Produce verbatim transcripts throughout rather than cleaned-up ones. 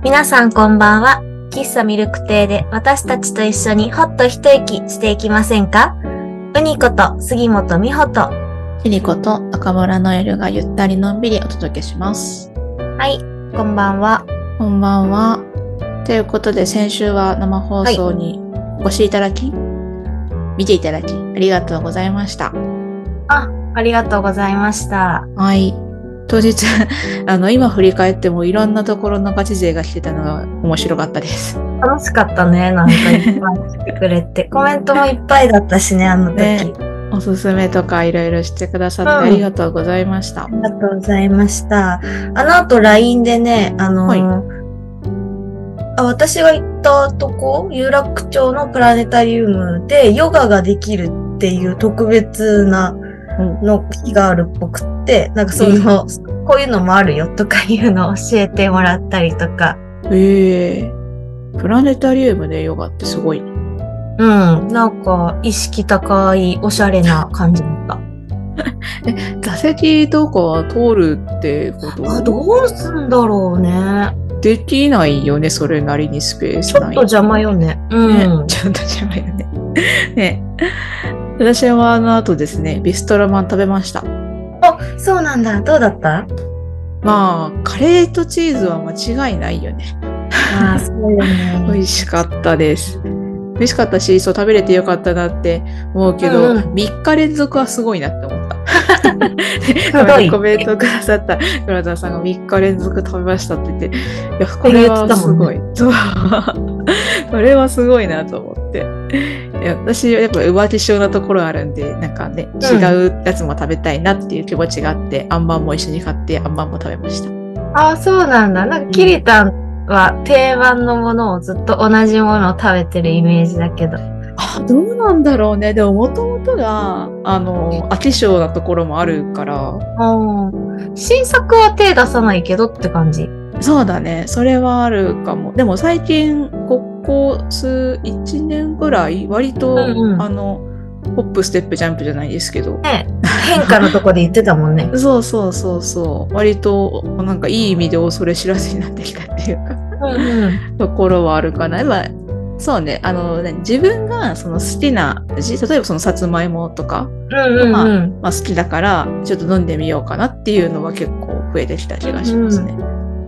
皆さんこんばんは。喫茶ミルク亭で私たちと一緒にほっと一息していきませんか？うにこと杉本美穂とキリコと赤村ノエルがゆったりのんびりお届けします。 はい、こんばんは。 こんばんは。ということで先週は生放送にお越しいただき、はい、見ていただきありがとうございました。 あ、ありがとうございました。 はい。当日あの今振り返ってもいろんなところのガチ勢が来てたのが面白かったです。 楽しかったね。なんかいっぱい来てくれてコメントもいっぱいだったしね、あの時、ね、 おすすめとかいろいろしてくださってありがとうございました、 うん、ありがとうございました。あの後 ライン でね、あのーはい、あ私が行ったとこ有楽町のプラネタリウムでヨガができるっていう特別なの日があるっぽくて、なんかその、うん、こういうのもあるよとかいうのを教えてもらったりとか。 へえー、プラネタリウムでヨガってすごいね。 うん、なんか意識高いおしゃれな感じだった。 え、座席とか通るってことあ、どうすんだろうね。 できないよね、それなりにスペースない。 ちょっと邪魔よね。うん。 ね、ちょっと邪魔よね。ね。私はあの後ですね、ビストロマン食べました。 あ、そうなんだ。どうだった？ まあ、カレーとチーズは間違いないよね。 ああ、そうよね。 美味しかったです。美味しかったし、そう食べれてよかったなって思うけど、うんうん、みっか連続はすごいなって思った。コメントくださった倉田さんがみっか連続食べましたって言って、いや、これはすごい。そう。これはすごいなと思って。いや私はやっぱ浮気症なところあるんで、なんかね、違うやつも食べたいなっていう気持ちがあって、あんまんも一緒に買って、あんまんも食べました。 ああ、そうなんだ。なんかキリタンは定番のものをずっと同じものを食べてるイメージだけど。 あ、どうなんだろうね。でももともとがあの飽き性なところもあるから、 うん、新作は手出さないけどって感じ。 そうだね、それはあるかも。でも最近ここ数いちねんぐらい割と、うんうん、あのホップステップジャンプじゃないですけど、 ね、変化のとこで言ってたもんね。 そうそうそうそう、割となんかいい意味で恐れ知らずになってきたっていうか、うんうん、ところはあるかな。まあそうね、あのね、自分がその好きな味、例えばそのさつまいもとか、うんうんうんまあまあ、好きだからちょっと飲んでみようかなっていうのは結構増えてきた気がしますね。うん、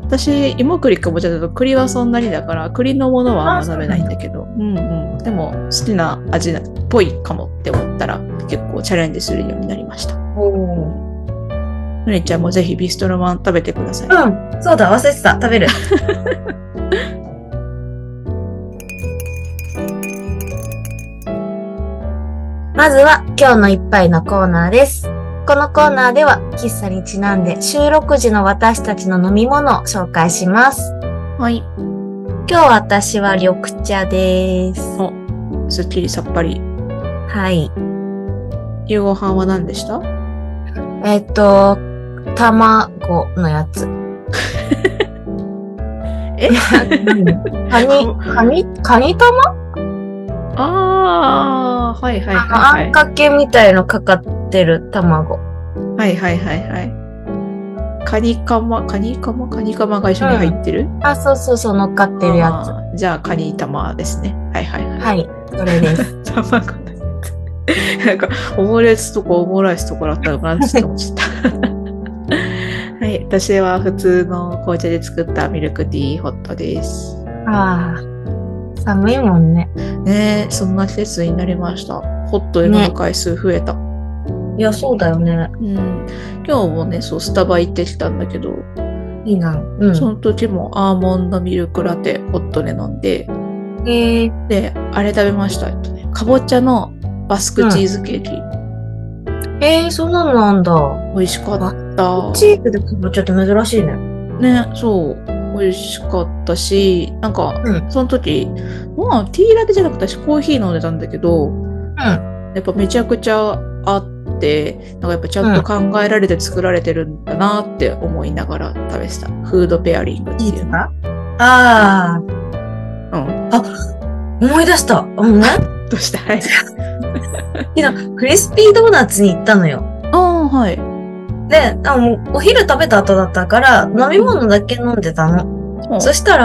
私芋栗かぼちゃだと栗はそんなにだから栗のものはあんま食べないんだけど、うんうん、でも好きな味っぽいかもって思ったら結構チャレンジするようになりました。のりちゃんもぜひビストロマン食べてください。 うん、そうだ忘れてた、食べる。まずは今日の一杯のコーナーです。このコーナーでは喫茶にちなんで収録時の私たちの飲み物を紹介します。 はい。 今日私は緑茶です。 お、すっきりさっぱり。 はい。 夕ご飯は何でした？ えっと、卵のやつ。 え？ カニ、カニ、カニ玉？ ああ、はいはいはい、はい。 あんかけみたいのかかってる卵。 はいはいはいはい。カニカマ、カニカマ、カニカマが一緒に入ってる？ うん、あ、そうそうそう、乗っかってるやつ。じゃあカニ玉ですね。はいはいはい。 はい、それです。 卵のやつ。なんか、オムレツとかオムライスとかだったのかなって思っちゃった。はい、私は普通の紅茶で作ったミルクティーホットです。 ああ。寒いもんね。 ねえ、そんな季節になりました。ホットで飲む回数増えた、ね。 いや、そうだよね。 うん。今日もね、そう、スタバ行ってきたんだけど。 いいな。うん。 その時もアーモンドミルクラテ、ホットで飲んで。 へえ。 で、あれ食べました。えっとね、かぼちゃのバスクチーズケーキ。 うん、えー、そんなのなんだ。 美味しかった。 チーズでかぼちゃって珍しいね。 ね、そう。美味しかったし、なんか、うん、その時、まあ、ティーラテじゃなくて私コーヒー飲んでたんだけど、うん、やっぱめちゃくちゃあって、なんかやっぱちゃんと考えられて作られてるんだなって思いながら食べてた。フードペアリングっていうの。 ああ。うん。あ、思い出した。うんね。 どうした？はい。 クリスピードーナツに行ったのよ。 ああ、はい。 で、あもうお昼食べた後だったから飲み物だけ飲んでたの。うん、そしたら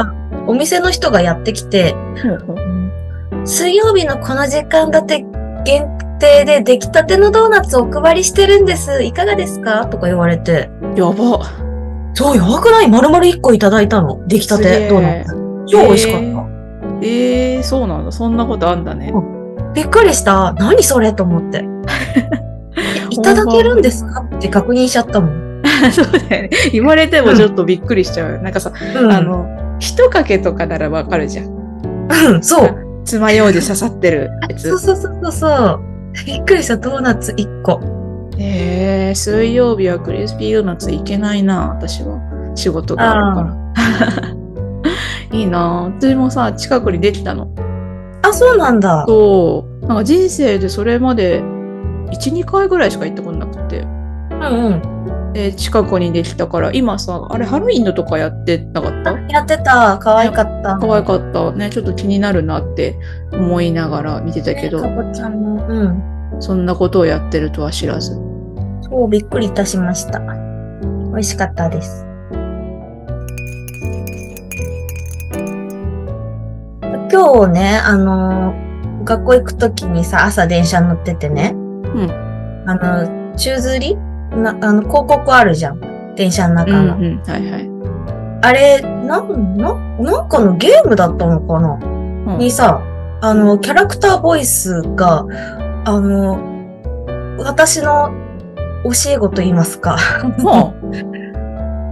お店の人がやってきて、水曜日のこの時間だけ限定で出来たてのドーナツをお配りしてるんです。いかがですかとか言われて。 やば。 そう、やばくない？丸々いっこいただいたの。出来たてドーナツ。超美味しかった。 えー、えー、そうなんだ。そんなことあんだね。 びっくりした。何それと思って。いただけるんですかって確認しちゃったもん。 そうだよね。言われてもちょっとびっくりしちゃう。うん、なんかさ、うん、あの、一かけとかならわかるじゃん。 うん、そう。 爪楊枝刺さってるやつ。 そうそうそうそう。びっくりした。ドーナツいっこ。 えー、水曜日はクリスピードーナツいけないな、私は。仕事があるから。いいな。私もさ、近くにできたの。 あ、そうなんだ。 そう。なんか人生でそれまでいち、にかいぐらいしか行ったことなくて。 うんうん。 で、近くにできたから、今さ、あれハロウィンのとかやってなかった？ やってた。可愛かった。 可愛かった。ね、ちょっと気になるなって思いながら見てたけど。 かぼちゃんも。うん。 そんなことをやってるとは知らず。 そう、びっくりいたしました。美味しかったです。今日ね、あのー、学校行くときにさ、朝電車乗っててね。うん。あの、宙吊りな、あの、広告あるじゃん。電車の中の。うんうん、はいはい。あれ、なん、な、なんかのゲームだったのかな、うん、にさ、あの、キャラクターボイスが、あの、私の教え子と言いますか。うん、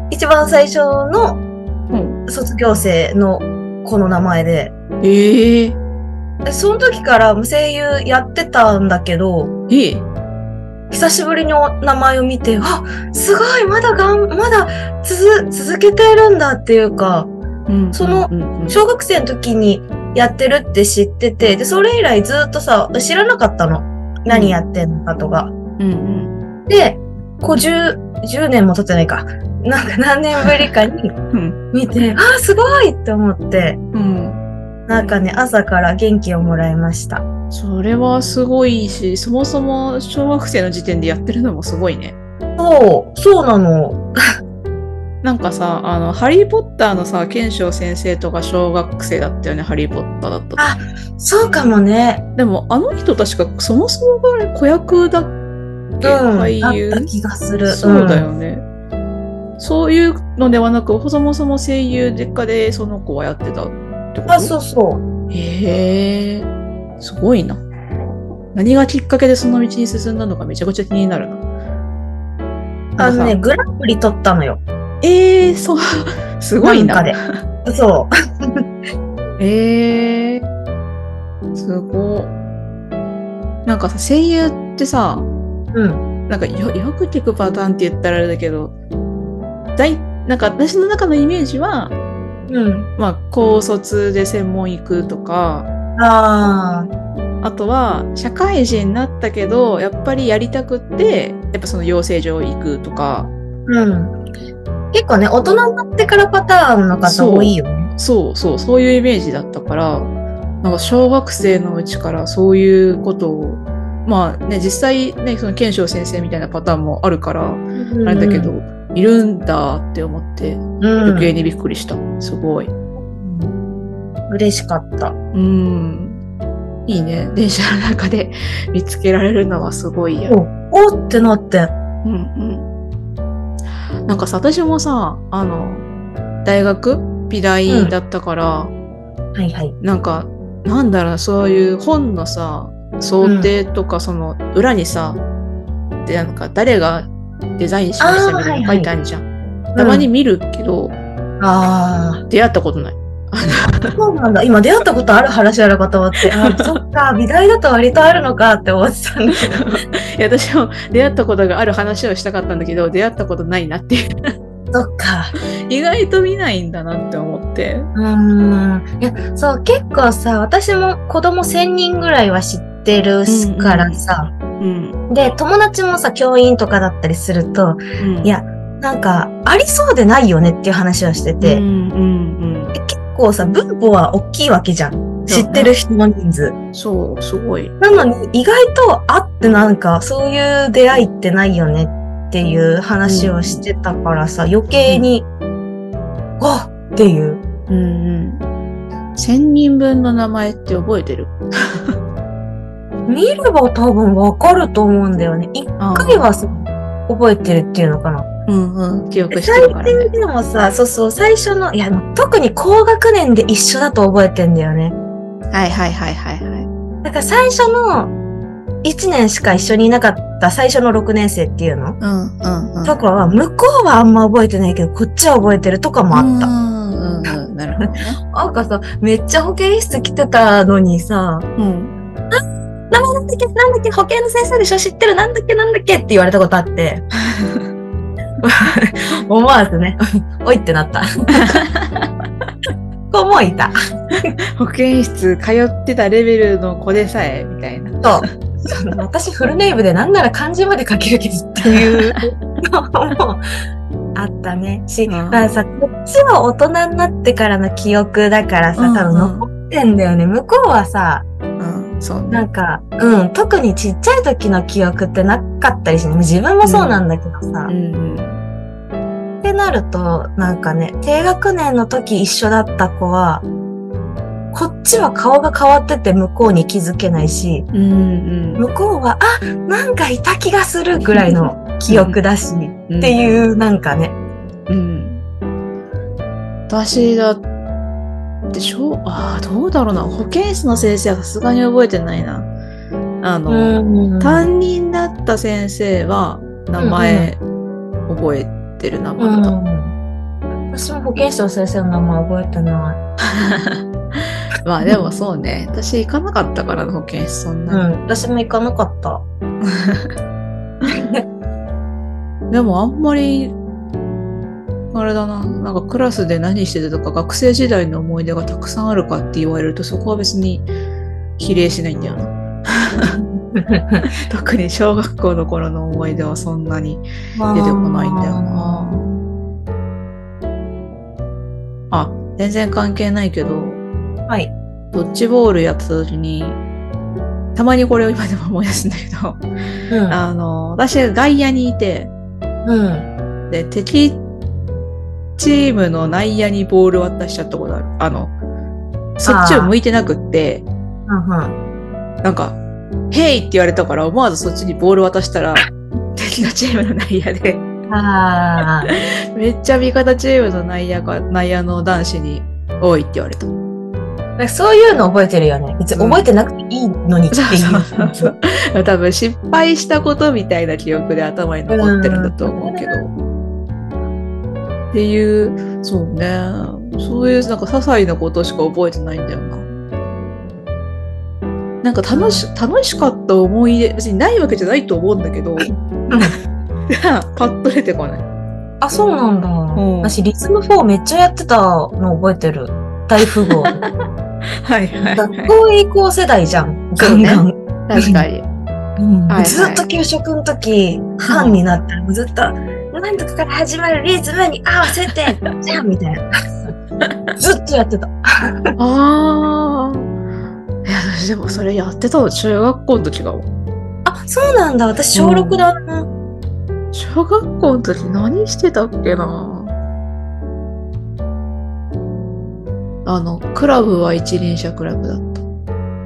一番最初の卒業生の子の名前で。ええー。その時から声優やってたんだけど、ええ、久しぶりに名前を見て、あ、すごい、まだがん、まだ続、続けてるんだっていうか、うん、その、小学生の時にやってるって知ってて、で、それ以来ずっとさ、知らなかったの。何やってんのかとか。うんうん、で、こうじゅう、じゅうねんも経ってないか。なんか何年ぶりかに見て、うん、あーすごいって思って、うん、なんかね、朝から元気をもらいました。 それはすごいし、そもそも小学生の時点でやってるのもすごいね。 そう、そうなの。 なんかさ、あの、ハリーポッターのさ、賢章先生とか小学生だったよね、ハリーポッターだった。 あ、そうかもね。 でも、あの人確かそもそもが子役だっけ、うん、俳優。 だった気がする。 そうだよね。うん、そういうのではなく、そもそも声優実家でその子はやってたってこと？ あ、そうそう。 へえ、すごいな。何がきっかけでその道に進んだのかめちゃくちゃ気になるな。 あのね、グランプリ取ったのよ。 ええー、そう、すごいな。 なんかで。そう。 ええー、すご。なんかさ、声優ってさ、うん。なんかよ、よく聞くパターンって言ったらあれだけど、だい、なんか私の中のイメージは、うん。まあ、高卒で専門行くとか、ああ。あとは、社会人になったけど、やっぱりやりたくって、やっぱその養成所行くとか。 うん。結構ね、大人になってからパターンの方多いよね。 そうそう、そういうイメージだったから、なんか小学生のうちからそういうことを、まあね、実際ね、その賢章先生みたいなパターンもあるから、うん、あれだけど、いるんだって思って、余計にびっくりした。すごい。うん、 嬉しかった。 うん。いいね。電車の中で見つけられるのはすごいや。 お、おってなって。うんうん。なんかさ、私もさ、あの、大学美大だったから、うん、はいはい。なんか、なんだろう、そういう本のさ、想定とか、その裏にさ、うん、で、なんか誰がデザインしましたみたいな書いてあるじゃん。はいはい、たまに見るけど、うん、あ出会ったことない。 そうなんだ。今出会ったことある話あるかと思って。あ、そっか、美大だと割とあるのかって思ってたんだけど。いや、私も出会ったことがある話をしたかったんだけど、出会ったことないなっていう。 そっか。 意外と見ないんだなって思って。 うーん。いや、そう、結構さ、私も子供せんにんぐらいは知ってるからさ。うんうん、で、友達もさ、教員とかだったりすると、うん、いや、なんか、ありそうでないよねっていう話をしてて。うんうんうん、結構さ、分母は大きいわけじゃん。知ってる人の人数。 そう、すごい。 なのに、意外とあってなんか、そういう出会いってないよねっていう話をしてたからさ、余計に、わ、うん、っていう。うんうん。 せんにんぶんの名前って覚えてる？ 見れば多分わかると思うんだよね。一回はさ、覚えてるっていうのかな。 うんうん、記憶してるからね。 最近でもさ、そうそう、最初の、いや、特に高学年で一緒だと覚えてんだよね。 はいはいはいはいはい。 だから最初のいちねんしか一緒にいなかった最初のろくねん生っていうの、 うんうんうん、 とかは、向こうはあんま覚えてないけど、こっちは覚えてるとかもあった。 うんうんうん、なるほどね。 なんかさ、めっちゃ保健室来てたのにさ、うん。名前なんだっけなんだっけ保健の先生でしょ知ってるなんだっけなんだっけって言われたことあって。思わずね、おいってなった。子もいた。 保健室通ってたレベルの子でさえ、みたいな。 そう。私フルネームでなんなら漢字まで書けるけどっていうのもあったね。し、まあさ、こっちは大人になってからの記憶だからさ、多分残ってんだよね。向こうはさ、 うんそうね、 なんか、うん、特にちっちゃい時の記憶ってなかったりしね。自分もそうなんだけどさ。うんうん、ってなると、なんかね、低学年の時一緒だった子は、こっちは顔が変わってて向こうに気づけないし、うんうん、向こうは、あ、なんかいた気がするぐらいの記憶だし、うん、っていう、なんかね。うん、 私だってしょ、ああ、どうだろうな。保健室の先生はさすがに覚えてないな。あの、うんうん、担任だった先生は名前覚えてる名前だった。うんうん、 私も保健室の先生の名前覚えてない。 まあでもそうね。私行かなかったからの保健室そんなに。 うん、私も行かなかった。 でもあんまり、あれだな。なんかクラスで何してたとか学生時代の思い出がたくさんあるかって言われるとそこは別に比例しないんだよな。特に小学校の頃の思い出はそんなに出てこないんだよな。あ、全然関係ないけど、 はい。 ドッジボールやってた時に、たまにこれを今でも思い出すんだけど、うん、あの、私が外野にいて、うん、で、敵チームの内野にボール渡しちゃったことある。あの、そっちを向いてなくって、うんうん、なんか、ヘイって言われたから思わずそっちにボール渡したら、敵のチームの内野で、あめっちゃ味方チームの内野か、内野の男子に、おいって言われた。 そういうの覚えてるよね。別に覚えてなくていいのにっていう。うん、そうそう多分失敗したことみたいな記憶で頭に残ってるんだと思うけど。っていう、そうね。そういうなんか些細なことしか覚えてないんだよな。なんか楽し、楽しかった思い出、別にないわけじゃないと思うんだけど、パッと出てこない。 あ、そうなんだ。うん、私リズムフォーめっちゃやってたの覚えてる。大富豪。 はいはい、はい。 学校へ行こう世代じゃん。ガンガン。ね、 確かに。 うんはいはい、ずっと給食の時、ファンになったら、ずっと、なんとかから始まるリズムに合わせて、じゃんみたいな。ずっとやってた。 ああ。いや、私でもそれやってたの中学校の時かも。 あ、そうなんだ。私小ろくだな。うん、 小学校の時何してたっけな。あの、クラブは一輪車クラブだった。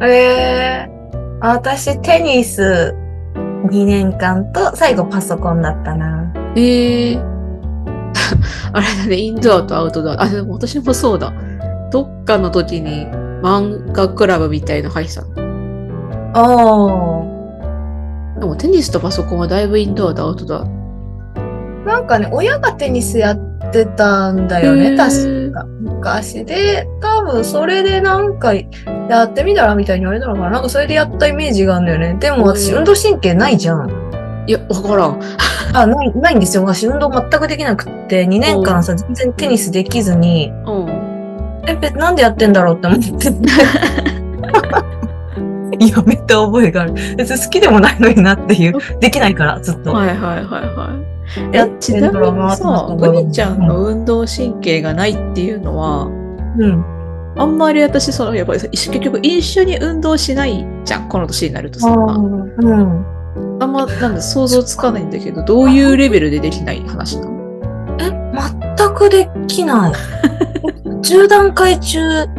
ええー、私テニスにねんかんと最後パソコンだったな。 ええー、あれだね、インドアとアウトドア。あ、でも私もそうだ。どっかの時に漫画クラブみたいの入ってたの。ああ。でもテニスとパソコンはだいぶインドアとアウトドア。 なんかね、親がテニスやってたんだよね、確か。昔で、多分それでなんかやってみたらみたいに言われたのかな。なんかそれでやったイメージがあるんだよね。でも私運動神経ないじゃん。 いや、わからん。 あ、ない、ないんですよ。私運動全くできなくって、にねんかんさ、全然テニスできずに、え、なんでやってんだろうって思って。やめた覚えがある。別に好きでもないのになっていう。できないから、ずっと。 はいはいはいはい。え、ちなみにさ、グニちゃんの運動神経がないっていうのは、うん。あんまり私、その、やっぱり結局一緒に運動しないじゃん、この年になるとさ。うん。あんま、なんだ、想像つかないんだけど、どういうレベルでできない話なの？ え、全くできない。じゅう段階中、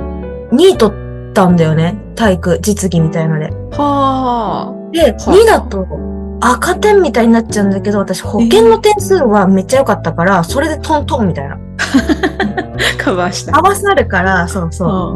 にい取ったんだよね。体育、実技みたいので。 はあ。 で、にだと赤点みたいになっちゃうんだけど、私保険の点数はめっちゃ良かったから、それでトントンみたいな。 カバーした。 合わさるから、そうそう。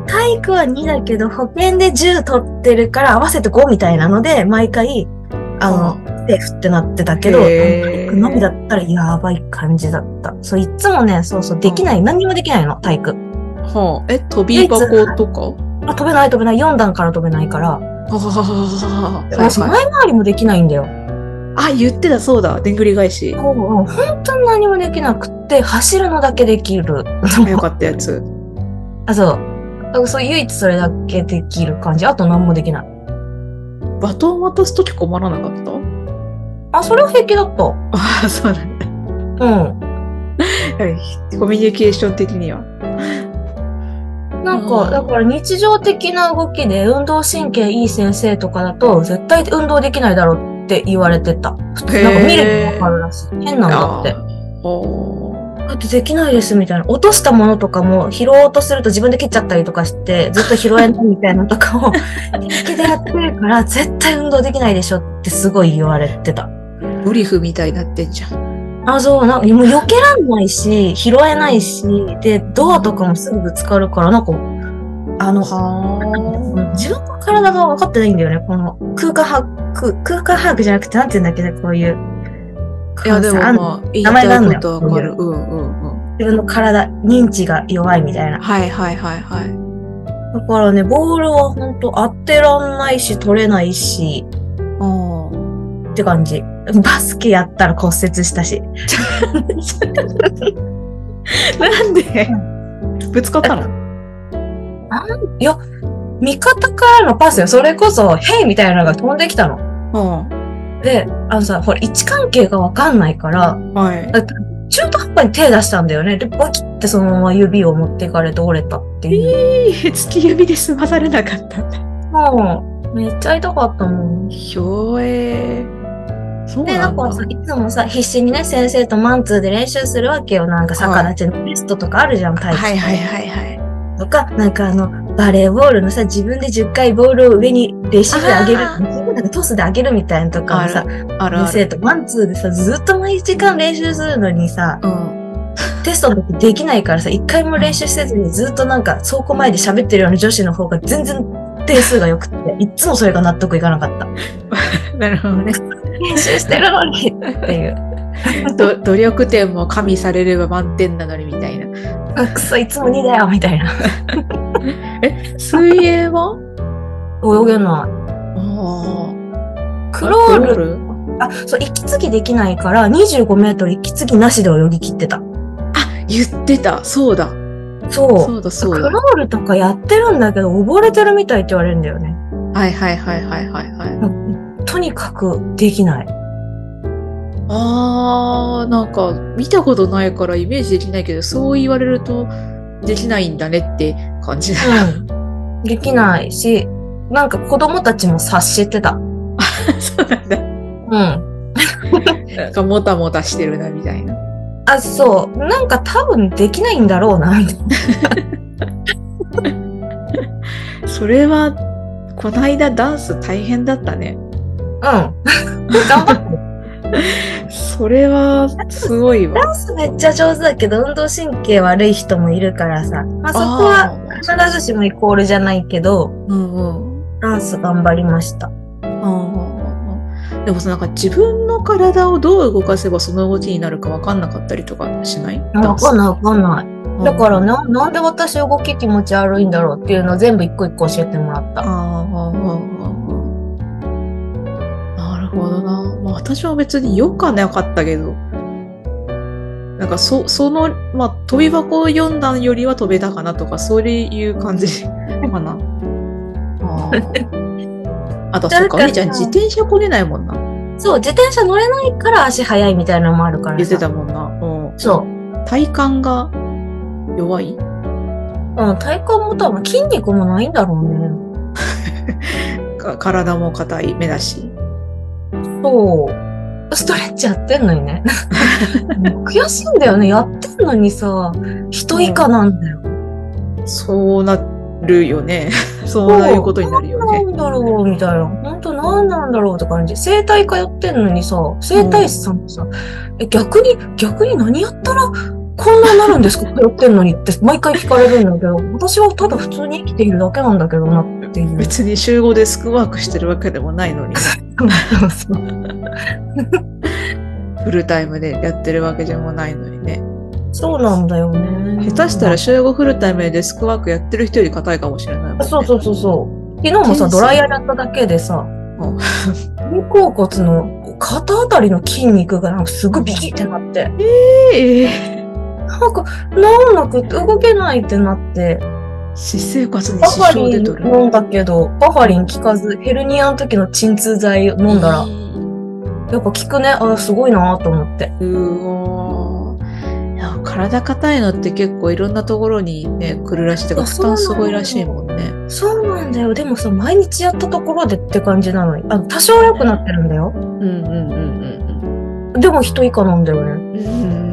体育はにだけど、保険でじゅう取ってるから合わせてごみたいなので、毎回、あの、セーフってなってたけど、体育のみだったらやばい感じだった。そう、いつもね、そうそう、できない、何にもできないの、体育。 はあ、え、飛び箱とかあ、飛べない飛べない。よん段から飛べないから。ははははは。前回りもできないんだよ。 あ、言ってた、そうだ。でんぐり返し。 そう、本当に何もできなくって、走るのだけできる。 よかったやつ。 あ、そう。そう、唯一それだけできる感じ。あと何もできない。 バトン渡すとき困らなかった？ あ、それは平気だった。 ああ、そうなんだ。 うん。 コミュニケーション的には。 なんか、だから日常的な動きで運動神経いい先生とかだと絶対運動できないだろうって言われてた。普通なんか見ればわかるらしい。変なんだって。だってできないですみたいな。落としたものとかも拾おうとすると自分で蹴っちゃったりとかしてずっと拾えないみたいなのとかを平気でやってるから絶対運動できないでしょってすごい言われてた。 ドリフみたいになってんじゃん。 あ、そう、なんか、もう避けらんないし、拾えないし、で、ドアとかもすぐぶつかるから、なんか、あの、自分の体が分かってないんだよね、この空間把握、空間把握じゃなくて、なんて言うんだっけね、こういう。 いや、でも、まあ、 名前があるんだよ。わかる。うんうんうん。 自分の体、認知が弱いみたいな。 はいはいはいはい。 だからね、ボールはほんと当てらんないし、取れないし、って感じ。バスケやったら骨折したし。 なんでぶつかったの？ いや、味方からのパスよ。それこそ、ヘイみたいなのが飛んできたの。うん、で、あのさ、ほら、位置関係がわかんないから、はい、中途半端に手出したんだよね。で、バキってそのまま指を持っていかれて折れたっていう。 えー、突き指で済まされなかったんだ。 もう、めっちゃ痛かったもん。 ひょえー。そうで、 ななんかさ、いつもさ、必死にね、先生とマンツーで練習するわけよ。なんか、逆立ちのテストとかあるじゃん、体育。 はいはいはいはい。 とか、なんかあの、バレーボールのさ、自分でじゅっかいボールを上にレシーブで上げる、なんかトスで上げるみたいなとかもさ、先生とマンツーでさ、ずっと毎時間練習するのにさ、うん、テストの時できないからさ、一回も練習せずにずっとなんか倉庫前で喋ってるような女子の方が全然点数が良くて、いつもそれが納得いかなかった。 なるほどね。 練習してるのにっていうど。努力点も加味されれば満点なのにみたいな。 あ、くそ、いつもにだよみたいな。 え、水泳は泳げない。 あクロール。クロールあ、そう、息継ぎできないからにじゅうごメートル息継ぎなしで泳ぎ切ってた。 あ、言ってた。そうだ。 そう。 そうだそうだ。 クロールとかやってるんだけど溺れてるみたいって言われるんだよね。 はいはいはいはいはいはい。 とにかくできない。 あー、なんか見たことないからイメージできないけど、そう言われるとできないんだねって感じだ。 うん。できないし、なんか子供たちも察してた。 そうなんだ。 うん。 なんかもたもたしてるなみたいな。 あ、そう。なんか多分できないんだろうな、みたいな。それは、こないだダンス大変だったね。 うん。頑張って。 それは、すごいわ。 ダンスめっちゃ上手だけど、運動神経悪い人もいるからさ。まあそこは必ずしもイコールじゃないけど、うんうん、ダンス頑張りました。 でもさ、なんか自分の体をどう動かせばその動きになるか分かんなかったりとかしない？ 分かんない分かんない。だからな、なんで私動き気持ち悪いんだろうっていうのを全部一個一個教えてもらった。ああ、 なるほどな。まあ私は別によくはなかったけど、なんかそ、その、まあ飛び箱を読んだよりは飛べたかなとか、そういう感じかな。ああと、そっか、お姉ちゃん自転車これないもんな。 そう、自転車乗れないから足速いみたいなのもあるからさ。 言ってたもんな。うん、 そう。 体幹が弱い？ うん、体幹も多分筋肉もないんだろうね。 体も硬い目だし。 そう。ストレッチやってんのにね。悔しいんだよね。やってんのにさ、人以下なんだよ。 うん、そうなっるよね。そういうことになるよね。 何なんだろうみたいな。本当何なんだろうって感じ。整体通ってんのにさ、整体師さんってさ、うん、え、逆に、逆に何やったらこんなになるんですか通ってんのにって毎回聞かれるんだけど、私はただ普通に生きているだけなんだけどなっていう。 別に週ごでスクワークしてるわけでもないのに。そうそう。フルタイムでやってるわけでもないのにね。 そうなんだよね。 下手したら週ごフルタイムでデスクワークやってる人より硬いかもしれないもんね。 そうそうそうそう。昨日もさ、ドライヤーやっただけでさ、肩甲骨の肩あたりの筋肉がなんかすごいビキってなって。ええー。なんか、なんなくて動けないってなって。 私生活に支障出とる。 バファリン飲んだけど、バファリン効かず、ヘルニアの時の鎮痛剤飲んだら、やっぱ効くね。あ、すごいなと思って。 うわー。いや、体硬いのって結構いろんなところにね、来るらしい。てか、負担すごいらしいもんね。 そうなんだよ。でもさ、毎日やったところでって感じなのに。あ、多少良くなってるんだよ。うんうんうんうん。でも一以下なんだよね。うんうん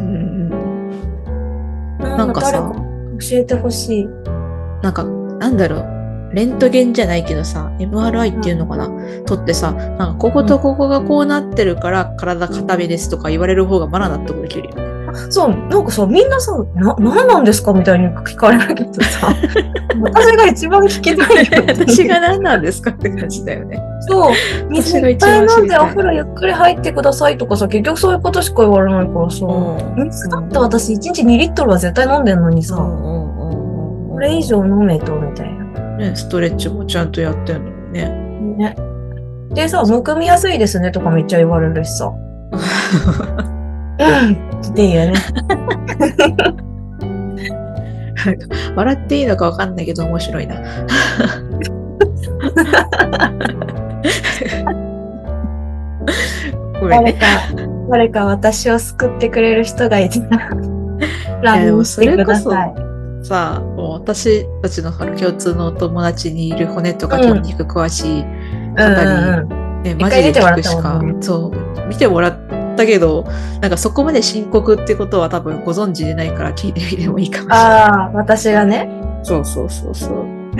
うん。なんかさ、誰か教えてほしい。 なんか、なんだろう。レントゲンじゃないけどさ、エムアールアイ っていうのかな、うん、取ってさ、なんかこことここがこうなってるから体硬めですとか言われる方がまだ納得できるよね。 そう、なんかさ、みんなさ、な、なんなんですかみたいに聞かれるけどさ、私が一番聞きたいよ。 私が何なんですかって感じだよね。 そう、水いっぱい飲んでお風呂ゆっくり入ってくださいとかさ、結局そういうことしか言われないからさ、うん、水だって私いちにちにリットルは絶対飲んでんのにさ、うんうんうん、これ以上飲めと、みたいな。 ね、ストレッチもちゃんとやってんのね。 ね。でさ、むくみやすいですねとかめっちゃ言われるしさ。うんっていうね。 笑っていいのかわかんないけど面白いな。 誰か、誰か私を救ってくれる人がいたら、ラインしてください。 さあ、もう私たちの共通のお友達にいる骨とか筋肉詳しい方に、うんね、マジで聞くしか、そう、見てもらったけど、なんかそこまで深刻ってことは多分ご存知でないから聞いてみてもいいかもしれない。 ああ、私がね。 そうそうそうそう。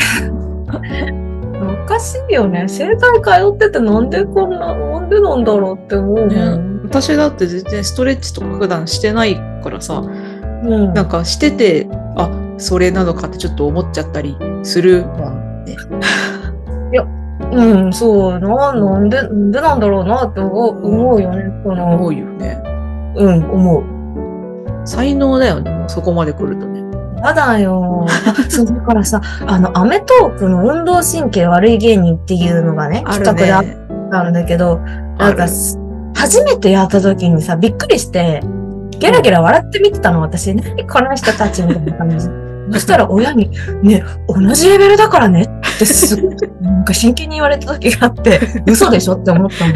おかしいよね。整体通っててなんでこんな、なんでなんだろうって思うもん、ね。 私だって全然ストレッチとか普段してないからさ、うん、なんかしてて、あ、それなのかってちょっと思っちゃったりするもんね。 いや、うん、そう、な、なんで、なんでなんだろうなって思う、思うよね。この思うよね。 うん、思う。 才能だよね、もうそこまで来るとね。 やだよ。そう、だからさ、あの、アメトーークの運動神経悪い芸人っていうのがね、企画であったんだけど、なんか、初めてやった時にさ、びっくりして、ゲラゲラ笑って見てたの、私。何この人たちみたいな感じ。そしたら親に、ね、同じレベルだからねってすごい、なんか真剣に言われた時があって、嘘でしょって思ったもん。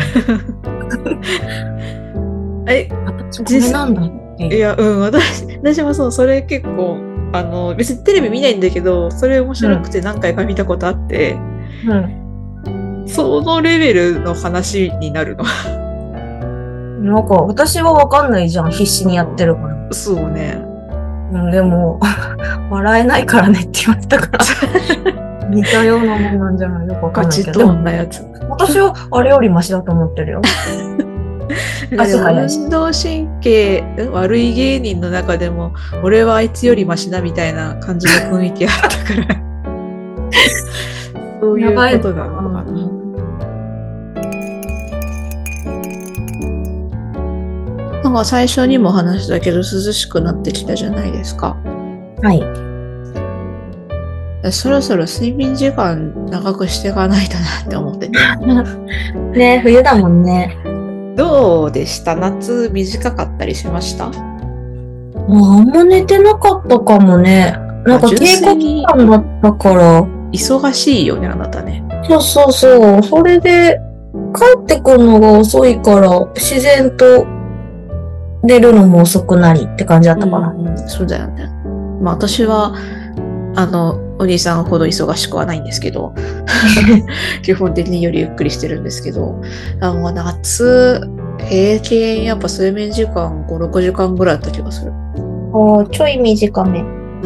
え、私これなんだって。 いや、うん、私、私もそう、それ結構、あの、別にテレビ見ないんだけど、それ面白くて何回か見たことあって、うん、そのレベルの話になるの。 なんか、私はわかんないじゃん。必死にやってるから。 そうね。 うん、でも、笑えないからねって言われたから。似たようなもんなんじゃないよくわかんないけど。 ガチトーンなやつ。 私はあれよりマシだと思ってるよ。 足速いし。運動神経悪い芸人の中でも、俺はあいつよりマシだみたいな感じの雰囲気あったから。そういうことなのかな。なんか最初にも話したけど涼しくなってきたじゃないですか。 はい。 そろそろ睡眠時間長くしていかないとなって思ってて。 ね、冬だもんね。 どうでした？夏短かったりしました？ もうあんま寝てなかったかもね。なんか稽古期間だったから。 忙しいよね、あなたね。 そうそうそう。それで帰ってくるのが遅いから自然と寝るのも遅くなりって感じだったかな。 うんうん、そうだよね。まあ私は、あの、お兄さんほど忙しくはないんですけど、基本的によりゆっくりしてるんですけど、あもう夏、平均やっぱ睡眠時間ご、ろくじかんぐらいだった気がする。 おー、ちょい短め。 うん。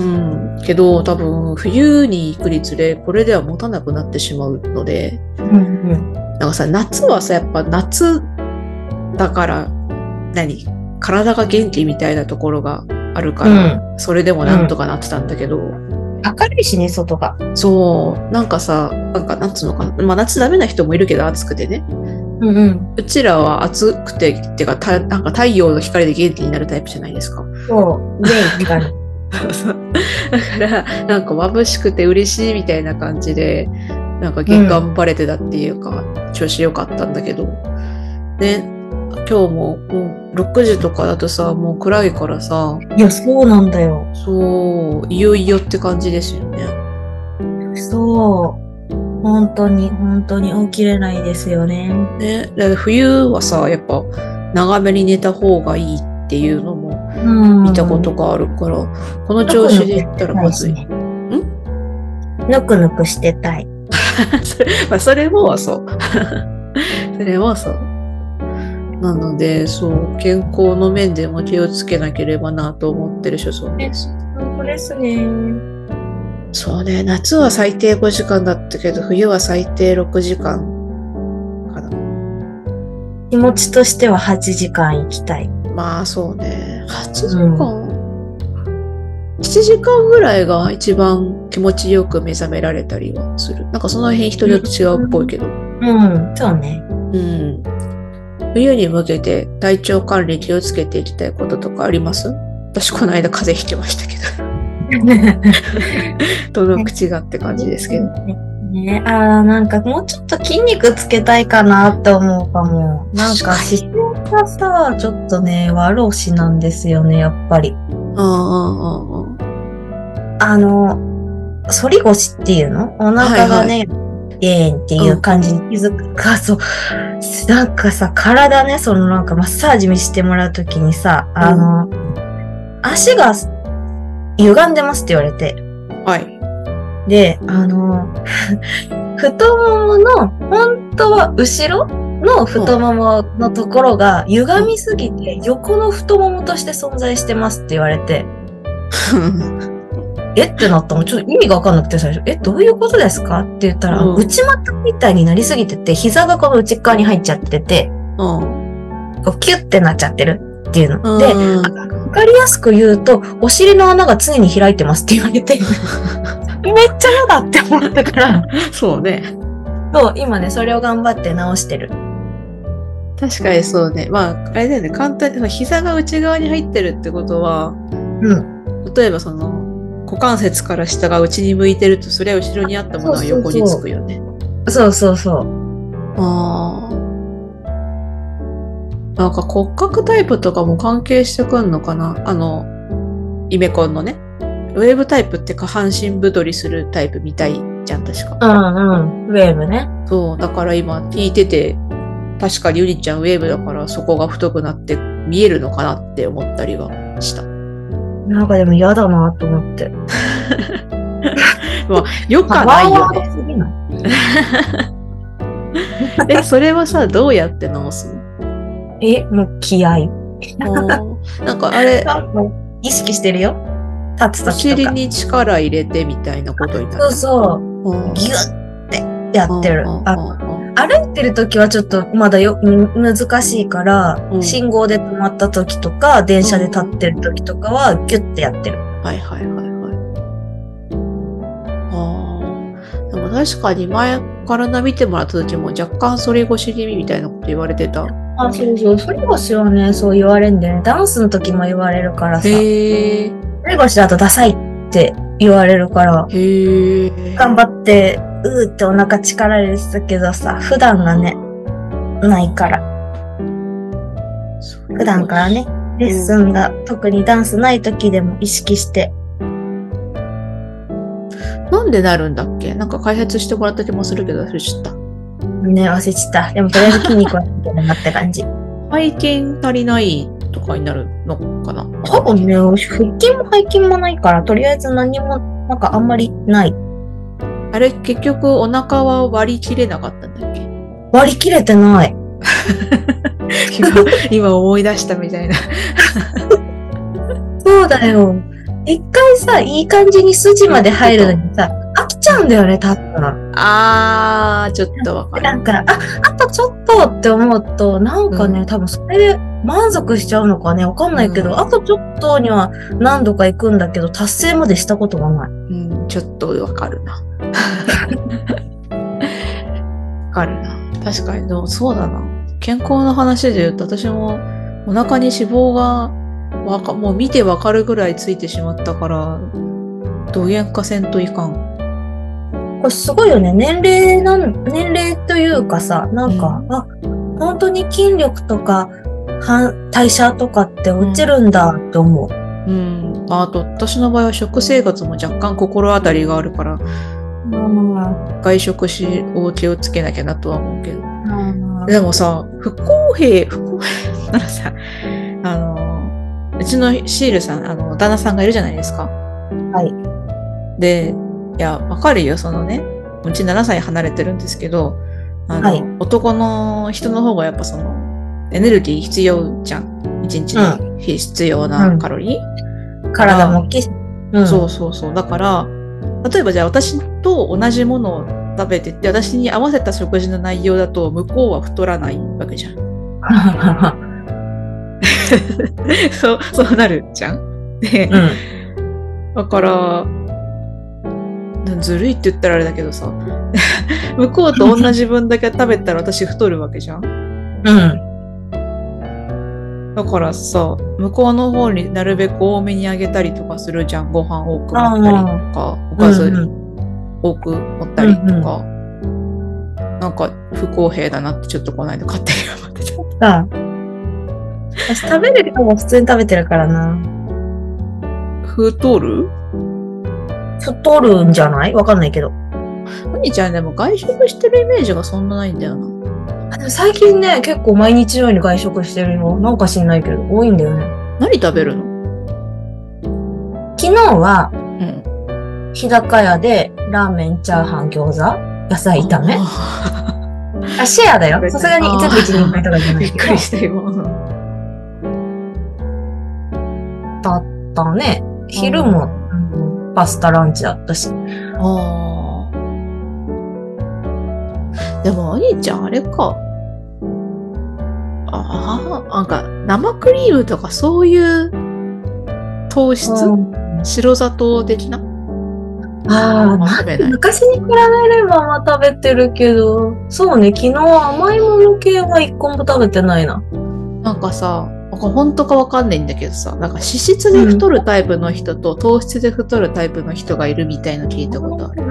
けど、多分、冬に行くにつれ、これでは持たなくなってしまうので、 うんうん。 なんかさ、夏はさ、やっぱ夏だから、何体が元気みたいなところがあるから、 うんそれでもなんとかなってたんだけど、 明るいしね、外が。 そう、なんかさ、なんか、なんつうのかな。まあ、夏ダメな人もいるけど、暑くてね。 うんうん。 うちらは暑くて、ってか、たなんか太陽の光で元気になるタイプじゃないですか。 そう、元気がね。 だから、なんか眩しくて嬉しいみたいな感じで、なんか頑張れてたっていうか、うん、調子良かったんだけど、ね、今日も、もうろくじとかだとさ、もう暗いからさ。 いや、そうなんだよ。 そう、いよいよって感じですよね。 そう。本当に、本当に起きれないですよね。 ね、だから冬はさ、やっぱ長めに寝た方がいいっていうのも見たことがあるから、この調子で言ったらまずい。 ん？ぬくぬくしてたい。 それ、まあ、それもそう。それもそう。なので、そう、健康の面でも気をつけなければなと思ってる所存です。 そうですね。 そうね、夏は最低ごじかんだったけど、冬は最低ろくじかんかな。 気持ちとしてははちじかん行きたい。 まあそうね、はちじかん、うん、ななじかんぐらいが一番気持ちよく目覚められたりはする。なんかその辺人によって違うっぽいけど。 うん、うん、そうね。 うん。冬に向けて体調管理気をつけていきたいこととかあります？私この間風邪ひきましたけど。どの口がって感じですけど。 ね、ああ、なんかもうちょっと筋肉つけたいかなって思うかも。なんか姿勢がさ、ちょっとね、悪押しなんですよね、やっぱり。 ああ、 あの、反り腰っていうの？お腹がね、えーっていう感じに気づくか、うん、そう。なんかさ、体ね、そのなんかマッサージしてもらうときにさ、あの、うん、足が歪んでますって言われて。 はい。 で、あの、太ももの、本当は後ろの太もものところが歪みすぎて、横の太ももとして存在してますって言われて。えってなったの。ちょっと意味がわかんなくて最初。え、どういうことですかって言ったら、うん、内股みたいになりすぎてて、膝がこの内側に入っちゃってて、うん、こうキュッてなっちゃってるっていうの。うん、で、わかりやすく言うと、お尻の穴が常に開いてますって言われて、めっちゃ嫌だって思ったから。 そうね。 そう、今ね、それを頑張って直してる。 確かにそうね。まあ、あれだよね、簡単に、膝が内側に入ってるってことは、うん。例えばその、股関節から下が内に向いてると、それは後ろにあったものは横につくよね。 そうそうそう。 ああ。なんか骨格タイプとかも関係してくんのかな？あの、イメコンのね。ウェーブタイプって下半身太りするタイプみたいじゃん、確か。 うんうん。ウェーブね。 そう。だから今聞いてて、確かにゆりちゃんウェーブだからそこが太くなって見えるのかなって思ったりはした。 なんかでも嫌だなと思って。 まあ、よかないよね。え、それはさ、どうやって直すの？ え、もう気合。 なんかあれ、 意識してるよ。立つときとか。お尻に力入れてみたいなことになる。 そうそう。ギュッてやってる。歩いてるときはちょっとまだよ難しいから、うん、信号で止まったときとか、電車で立ってるときとかはギュッてやってる。 はいはいはいはい。ああ。でも確かに前体見てもらったときも若干反り腰気味みたいなこと言われてた。 あ、そうそう。反り腰はね、そう言われるんだよね。ダンスのときも言われるからさ。へえ。反り腰だとダサいって言われるから。へえ。頑張って、うーってお腹力入れてたけどさ、普段がね、ないから。普段からね、レッスンが、うん、特にダンスない時でも意識して。 なんでなるんだっけ？なんか開発してもらった気もするけど忘れちゃった。 ね、忘れちゃった。でもとりあえず筋肉はつけるなって感じ。 背筋足りないとかになるのかな？ 多分ね、腹筋も背筋もないから、とりあえず何も、なんかあんまりない。 あれ、結局お腹は割り切れなかったんだっけ？ 割り切れてない。 今、今思い出したみたいな。 そうだよ。 一回さ、いい感じに筋まで入るのにさ、飽きちゃうんだよね、多分。 あー、ちょっとわかる。 なんか、あ、あとちょっとって思うと、なんかね、うん、多分それで満足しちゃうのかね、わかんないけど、うん、あとちょっとには何度か行くんだけど、達成までしたことがない。 うん、ちょっとわかるな。わかるな。確かに、でもそうだな。健康の話で言うと、私もお腹に脂肪がわか、もう見てわかるぐらいついてしまったから、どげんかせんといかん。 これすごいよね。年齢なん、年齢というかさ、なんか、うん、あ、本当に筋力とか、代謝とかって落ちるんだって思う。 うん。あ, あと、私の場合は食生活も若干心当たりがあるから、うん、外食しを気をつけなきゃなとは思うけど。うん、でもさ、不公平、不公平ならさ、あの、うちのシールさん、あの、旦那さんがいるじゃないですか。 はい。 で、いや、わかるよ、そのね、うちななさい離れてるんですけど、あの、はい、男の人の方がやっぱその、エネルギー必要じゃん。一日に必要なカロリー、 うん、体も大きいし、 うん。そうそうそう。だから、例えばじゃあ私と同じものを食べてて、私に合わせた食事の内容だと、向こうは太らないわけじゃん。そう、そうなるじゃん。で、うん、だから、ずるいって言ったらあれだけどさ、向こうと同じ分だけ食べたら私太るわけじゃん。 うん。 だからさ、向こうの方になるべく多めにあげたりとかするじゃん。ご飯多く持ったりとか、おかず多く持ったりとか、うんうん、なんか不公平だなってちょっとこの間勝手に思ってた。 ああ、私食べる量も普通に食べてるからな。 太る？ 太るんじゃない？わかんないけど。 お兄ちゃんでも外食してるイメージがそんなないんだよな。 あ、でも最近ね、結構毎日のように外食してるよ。なんか知んないけど、多いんだよね。 何食べるの？ 昨日は、うん、日高屋でラーメン、チャーハン、餃子、野菜炒め。あ、シェアだよ。さすがに一部一人前とかじゃないけど。 びっくりした今。 だったね。昼も、うん、パスタランチだったし。 ああ。でもお兄ちゃんあれか。ああ、なんか生クリームとかそういう糖質、うん、白砂糖的な。 ああ、昔に比べればまあ食べてるけど、そうね、昨日甘いもの系は一個も食べてないな。 なんかさ、本当かわかんないんだけどさ、なんか脂質で太るタイプの人と糖質で太るタイプの人がいるみたいな聞いたことある。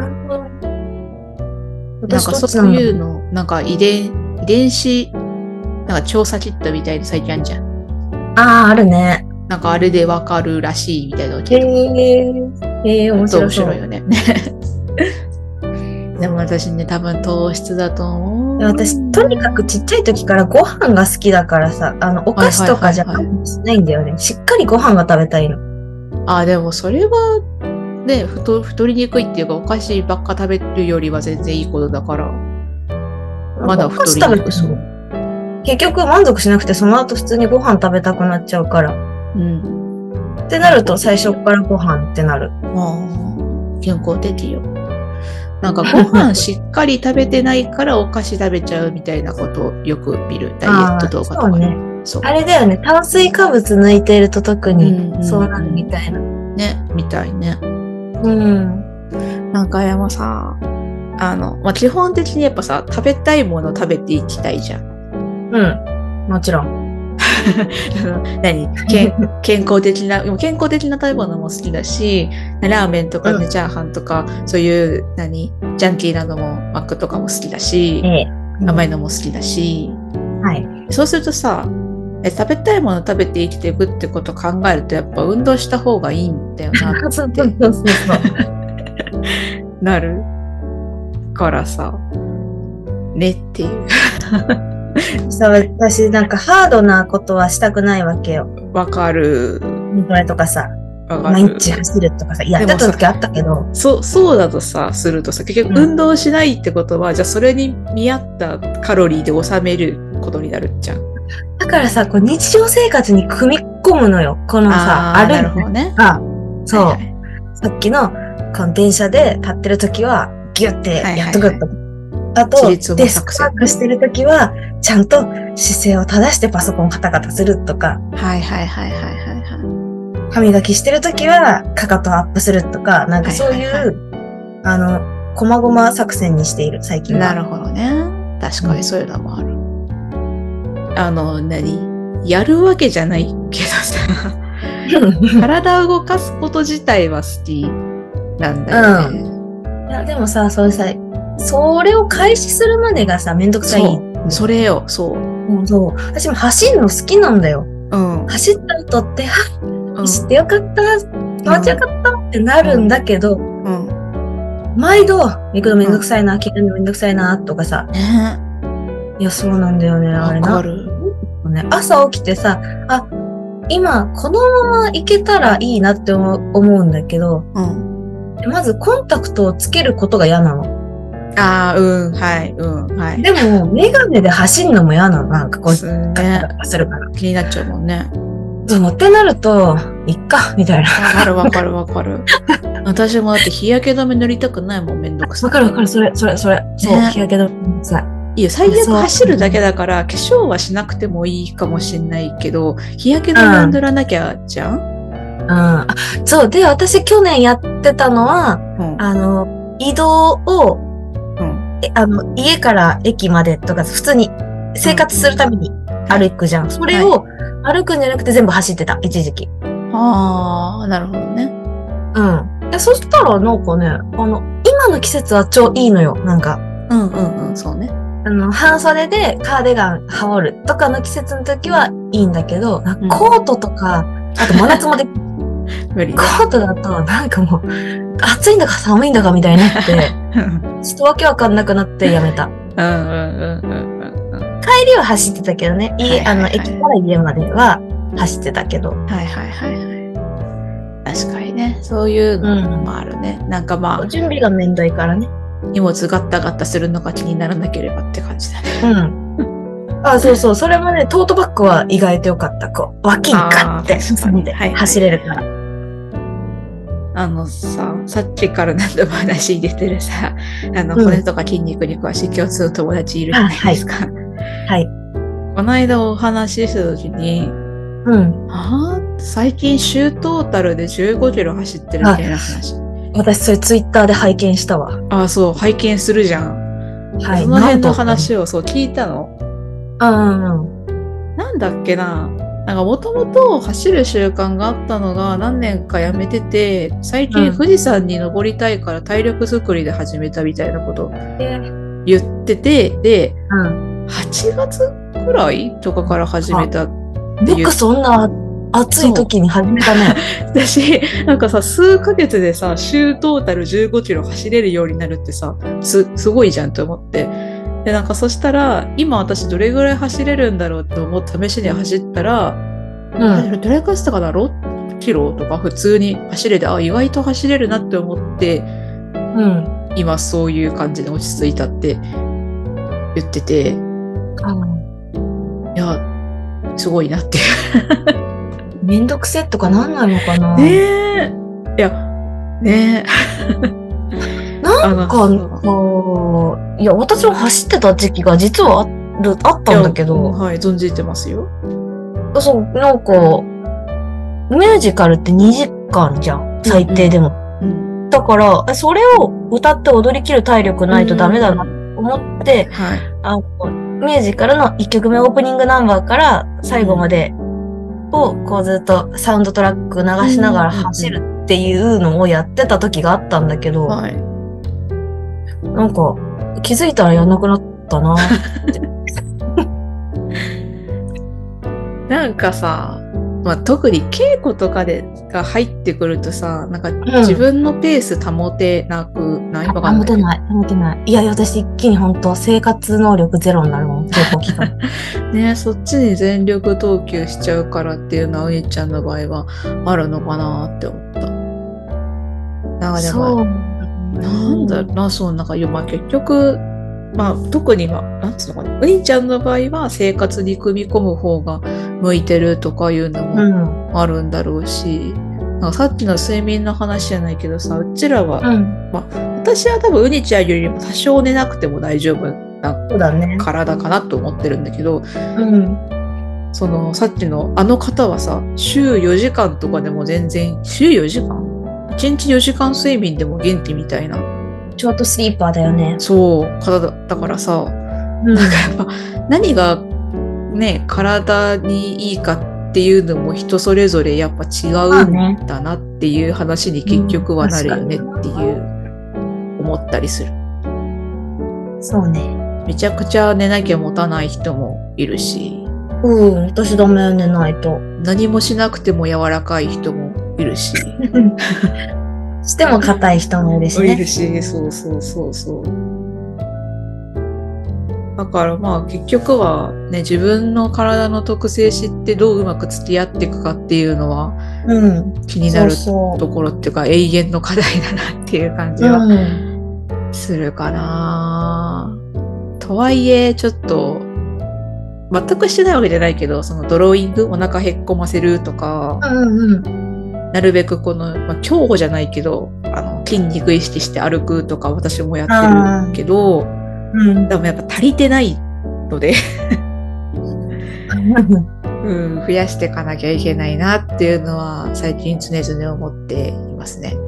なんかそういうの、なんか遺伝、遺伝子、なんか調査キットみたいに最近あるじゃん。 ああ、あるね。 なんかあれでわかるらしいみたいなのを聞いた。 へー、えー、面白い。面白いよね。でも私ね、多分糖質だと思う。 私、とにかくちっちゃい時からご飯が好きだからさ、あの、お菓子とかじゃしないんだよね。しっかりご飯が食べたいの。 ああ、でもそれは、ね、太、太りにくいっていうか、お菓子ばっか食べるよりは全然いいことだから、まだ太りにくそう。 結局満足しなくて、その後普通にご飯食べたくなっちゃうから。うん。ってなると、最初からご飯ってなる。 ああ、健康的よ。なんかご飯しっかり食べてないからお菓子食べちゃうみたいなことをよく見る。ダイエット動画とか。 そうね。そう。あれだよね。炭水化物抜いてると特にそうなるみたいな。 うんうん、ね、みたいね。 うん。 なんか山さ、あの、まあ、基本的にやっぱさ、食べたいもの食べていきたいじゃん。 うん。もちろん。 何健健康的な、健康的な食べ物も好きだし、ラーメンとかね、うん、チャーハンとか、そういう、何ジャンキーなのも、マックとかも好きだし、ええうん、甘いのも好きだし、 はい。 そうするとさ、え食べたいもの食べて生きていくってことを考えると、やっぱ運動した方がいいんだよなって。そうそうそうそう。なるからさ、ねっていう。 そう、私なんかハードなことはしたくないわけよ。 わかる。 これとかさ、毎日走るとかさ、やってた時あったけど。 そう、そうだとさ、するとさ、結局運動しないってことは、うん、じゃあそれに見合ったカロリーで収めることになるじゃん。 だからさ、こう日常生活に組み込むのよ。このさ、 ある。なるほどね。 あ、 そう。 はいはい、 さっきの、この電車で立ってる時は、ギュッてやっとくと。はいはいはい、あと、デスクワークしてる時は、ちゃんと姿勢を正してパソコンカタカタするとか。 はいはいはいはいはいはい。 歯磨きしてる時は、かかとアップするとか、なんかそういう、はいはいはい、あの、こまごま作戦にしている、最近は。 なるほどね。確かにそういうのもある。うん、あの、何やるわけじゃないけどさ、体を動かすこと自体は好きなんだよね。 うん。いや、でもさ、それさ、それを開始するまでがさ、めんどくさい。 そう。それよ、そう。 うん、そう。私も走るの好きなんだよ。 うん。 走った後って、はっ、走ってよかった、気持ちよかったってなるんだけど、うんうん、毎度、行くのめんどくさいな、着るのめんどくさいな、とかさ。 ね、 いや、そうなんだよね、あれな。 わかる。 ね、朝起きてさ、あ、今、このまま行けたらいいなって思うんだけど、うん、まずコンタクトをつけることが嫌なの。 ああ、うん、はい、うん、はい。 でも、メガネで走るのも嫌なの。なんかこう、すね、 するから。 気になっちゃうもんね。 そう、ってなると、いっか、みたいな。 わかるわかるわかる。私もだって日焼け止め塗りたくないもん、めんどくさい。 わかるわかる、それ、それ、それ。そう、ね、日焼け止めめんどくさい。 いや、最悪走るだけだから、化粧はしなくてもいいかもしれないけど、日焼け止めを塗らなきゃじゃん、うん、 うん。あ、そう。で、私去年やってたのは、うん、あの、移動を、うん、えあの、家から駅までとか、普通に生活するために歩くじゃん。うん、それを歩くんじゃなくて全部走ってた、一時期。 ああ、なるほどね。 うん。で、そしたらなんかね、あの、今の季節は超いいのよ、なんか。 うんうんうん、そうね。 あの、半袖でカーディガン羽織るとかの季節の時はいいんだけど、コートとか、うん、あと真夏もできる。コートだとなんかもう、暑いんだか寒いんだかみたいになって、ちょっとわけわかんなくなってやめた。 うんうんうんうんうん。 帰りは走ってたけどね、いい、はいはいはい、あの、駅から家までは走ってたけど。 はいはいはいはい。確かにね、そういうのもあるね。うん、なんかまあ。 準備がめんどいからね。 荷物ガッタガッタするのが気にならなければって感じだね。 うん。あ、そうそう。それまでトートバッグは意外と良かった。こう、脇にガッて挟んで走れるから。 あのさ、さっきから何度も話に出てるさ、あの、うん、骨とか筋肉に詳しい共通の友達いるじゃないですか。はい。 はい、 この間お話しした時に、うん。ああ、最近週トータルでじゅうごキロ走ってるみたいな話。 私それツイッターで拝見したわ。 ああ、そう、拝見するじゃん。はい。その辺の話をそう聞いたの。 うんうん。 なんだっけな。なんかもともと走る習慣があったのが何年かやめてて、最近富士山に登りたいから体力作りで始めたみたいなこと言ってて、で、うん、はちがつくらいとかから始めたって言って。 僕そんな暑い時に始めたね。 私、なんかさ、数ヶ月でさ、週トータルじゅうごキロ走れるようになるってさ、す、すごいじゃんと思って。で、なんかそしたら、今私どれぐらい走れるんだろうって思って試しに走ったら、うん、どれかしたかな ?ろっキロとか普通に走れて、あ、意外と走れるなって思って、うん、今そういう感じで落ち着いたって言ってて、うん、いや、すごいなっていう。 めんどくせとかなんないのかな。 ねえ。いや、ねえ。なんか、こう、いや、私も走ってた時期が実はある、あったんだけど。 はい、存じてますよ。 そう、なんか、ミュージカルってにじかんじゃん、最低でも。うんうん、だから、それを歌って踊り切る体力ないとダメだなと思って、うんはい、あのミュージカルのいっきょくめオープニングナンバーから最後まで、をこうずっとサウンドトラック流しながら走るっていうのをやってた時があったんだけど、はい、なんか気づいたらやんなくなったなってなんかさ、まあ、特に稽古とかでが入ってくるとさ、なんか自分のペース保てなくない？わかんない。 保てない、保てない。いや、私一気に本当生活能力ゼロになるもん、稽古期間。 ね、そっちに全力投球しちゃうからっていうのは、ういちゃんの場合はあるのかなって思った。なんかでも、そうなんだろうな、そう、なんか、まあ、結局、まあ、特には、なんつうのかな、ういちゃんの場合は生活に組み込む方が向いてるとかいうのもあるんだろうし、うなんかさっきの睡眠の話じゃないけどさ、うちらは、 うん、 まあ、私は多分うにちゃんよりも多少寝なくても大丈夫なそうだね。 体かなと思ってるんだけど、 うん、 そのさっきのあの方はさ、週よじかんとかでも全然、週よじかん ?いち 日よじかん睡眠でも元気みたいな。 ショートスリーパーだよね。 そう、方だったからさ、うん、なんかやっぱ何がね、体にいいかっていうのも人それぞれやっぱ違うんだなっていう話に結局はなるよねっていう思ったりする。 そうね。 めちゃくちゃ寝なきゃ持たない人もいるし。 うん、私ダメよ、寝ないと。 何もしなくても柔らかい人もいるし。 しても硬い人もいるしね。 いるし、そうそうそうそう。だからまあ結局はね、自分の体の特性知ってどううまく付き合っていくかっていうのは、うん、気になるところっていうか永遠の課題だなっていう感じはするかな、うん、とはいえちょっと全くしてないわけじゃないけど、そのドローイング、お腹へっこませるとか、うんうん、なるべくこの、まあ、競歩じゃないけどあの筋肉意識して歩くとか私もやってるけど、うん、でもやっぱ足りてないので、うん、増やしていかなきゃいけないなっていうのは最近常々思っていますね。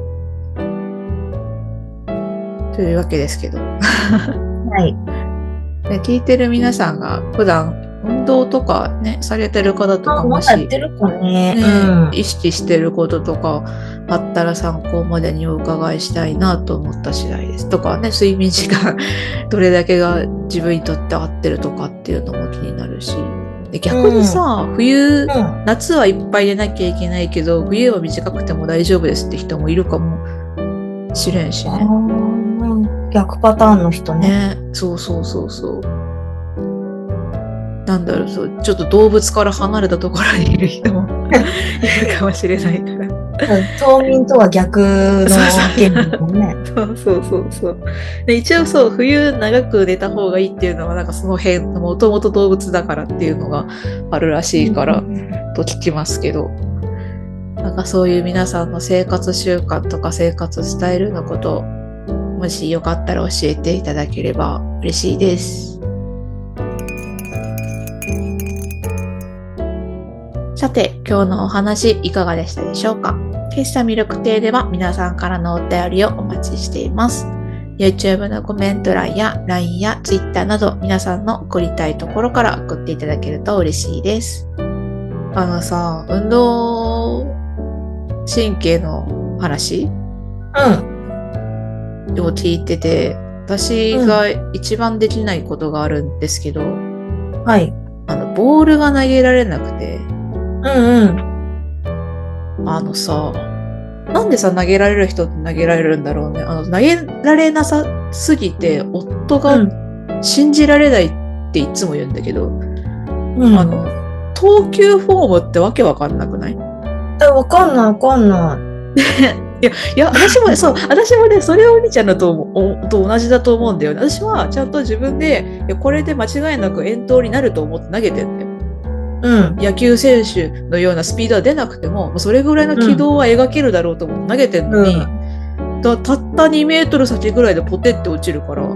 というわけですけど、はい、ね、聞いてる皆さんが普段運動とかねされてる方とかもし、 やってるかね、 ね、うん、意識してることとかあったら参考までにお伺いしたいなと思った次第です。とかね、睡眠時間どれだけが自分にとって合ってるとかっていうのも気になるし、で逆にさ、うん、冬、うん、夏はいっぱい寝なきゃいけないけど冬は短くても大丈夫ですって人もいるかもしれんしね。 逆パターンの人ね。 ね、そうそうそうそう。なんだろう、そうちょっと動物から離れたところにいる人もいるかもしれないから。 冬眠とは逆の原理だもんね。 そうそうそうそう。で一応そう冬長く寝た方がいいっていうのはなんかその辺もともと動物だからっていうのがあるらしいから、うん、と聞きますけど、なんかそういう皆さんの生活習慣とか生活スタイルのこともしよかったら教えていただければ嬉しいです。さて、今日のお話いかがでしたでしょうか？喫茶ミルク亭では皆さんからのお便りをお待ちしています。YouTube のコメント欄や ライン や Twitter など皆さんの送りたいところから送っていただけると嬉しいです。あのさ、運動神経の話？うん。を聞いてて、私が一番できないことがあるんですけど、うん、はい。あの、ボールが投げられなくて、うんうん。あのさ、なんでさ、投げられる人って投げられるんだろうね。あの、投げられなさすぎて、夫が信じられないっていつも言うんだけど、うん、あの、投球フォームってわけわかんなくない？ え、わかんないわかんない。 いや、いや、私もね、そう、私もね、それをお兄ちゃんのと、と同じだと思うんだよね。私はちゃんと自分で、いやこれで間違いなく遠投になると思って投げてんだよ。うん、野球選手のようなスピードは出なくても、それぐらいの軌道は描けるだろうと思って投げてんのに、うん、だたったにメートル先ぐらいでポテって落ちるから、うん、